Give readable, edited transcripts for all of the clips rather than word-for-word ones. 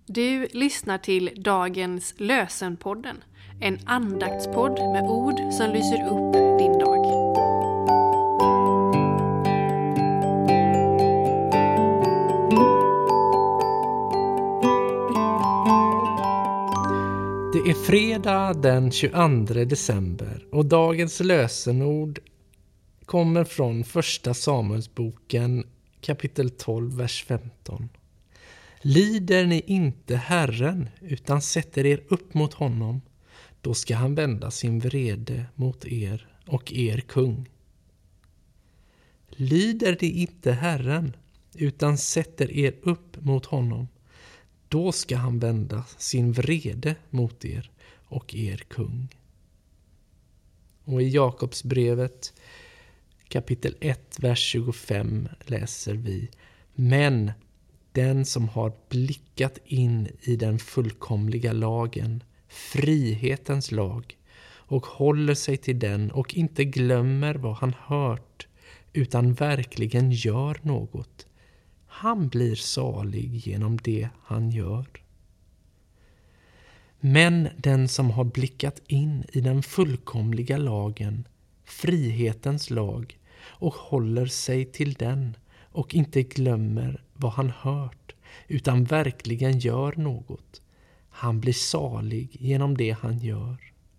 Du lyssnar till dagens Lösenpodden, en andaktspodd med ord som lyser upp din dag. Det är fredag den 22 december och dagens lösenord kommer från första Samuelsboken kapitel 12, vers 15. Lider ni inte Herren utan sätter er upp mot honom, då ska han vända sin vrede mot er och er kung. Lider ni inte Herren utan sätter er upp mot honom, då ska han vända sin vrede mot er och er kung. Och i Jakobsbrevet kapitel 1, vers 25 läser vi: Men den som har blickat in i den fullkomliga lagen, frihetens lag, och håller sig till den och inte glömmer vad han hört, utan verkligen gör något, han blir salig genom det han gör. Men den som har blickat in i den fullkomliga lagen, frihetens lag, och håller sig till den och inte glömmer vad han hört, utan verkligen gör något, han blir salig genom det han gör.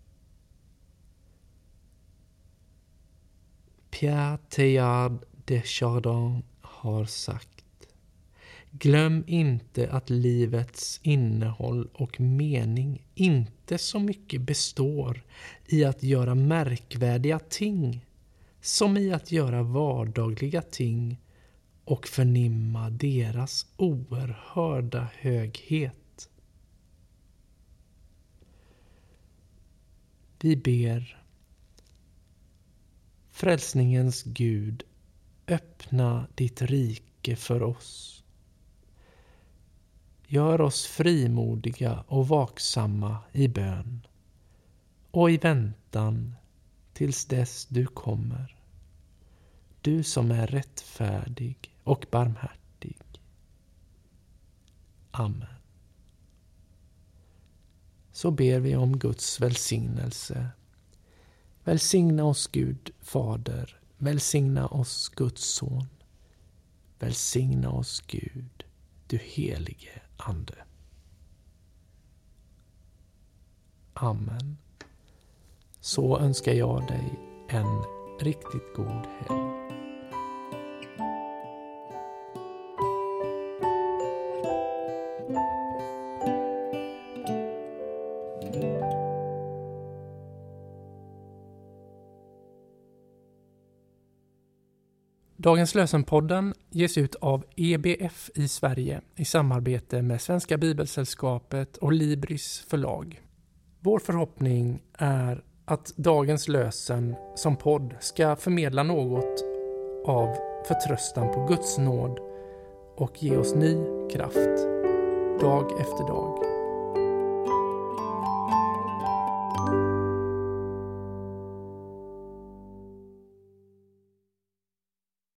Pierre Teilhard de Chardin har sagt: glöm inte att livets innehåll och mening inte så mycket består i att göra märkvärdiga ting som i att göra vardagliga ting och förnimma deras oerhörda höghet. Vi ber: frälsningens Gud, öppna ditt rike för oss. Gör oss frimodiga och vaksamma i bön och i väntan tills dess du kommer. Du som är rättfärdig och barmhärtig. Amen. Så ber vi om Guds välsignelse. Välsigna oss Gud Fader, välsigna oss Guds Son, välsigna oss Gud, du helige Ande. Amen. Så önskar jag dig en riktigt god helg. Dagens lösenpodden ges ut av EBF i Sverige i samarbete med Svenska Bibelsällskapet och Libris förlag. Vår förhoppning är att dagens lösen som podd ska förmedla något av förtröstan på Guds nåd och ge oss ny kraft dag efter dag.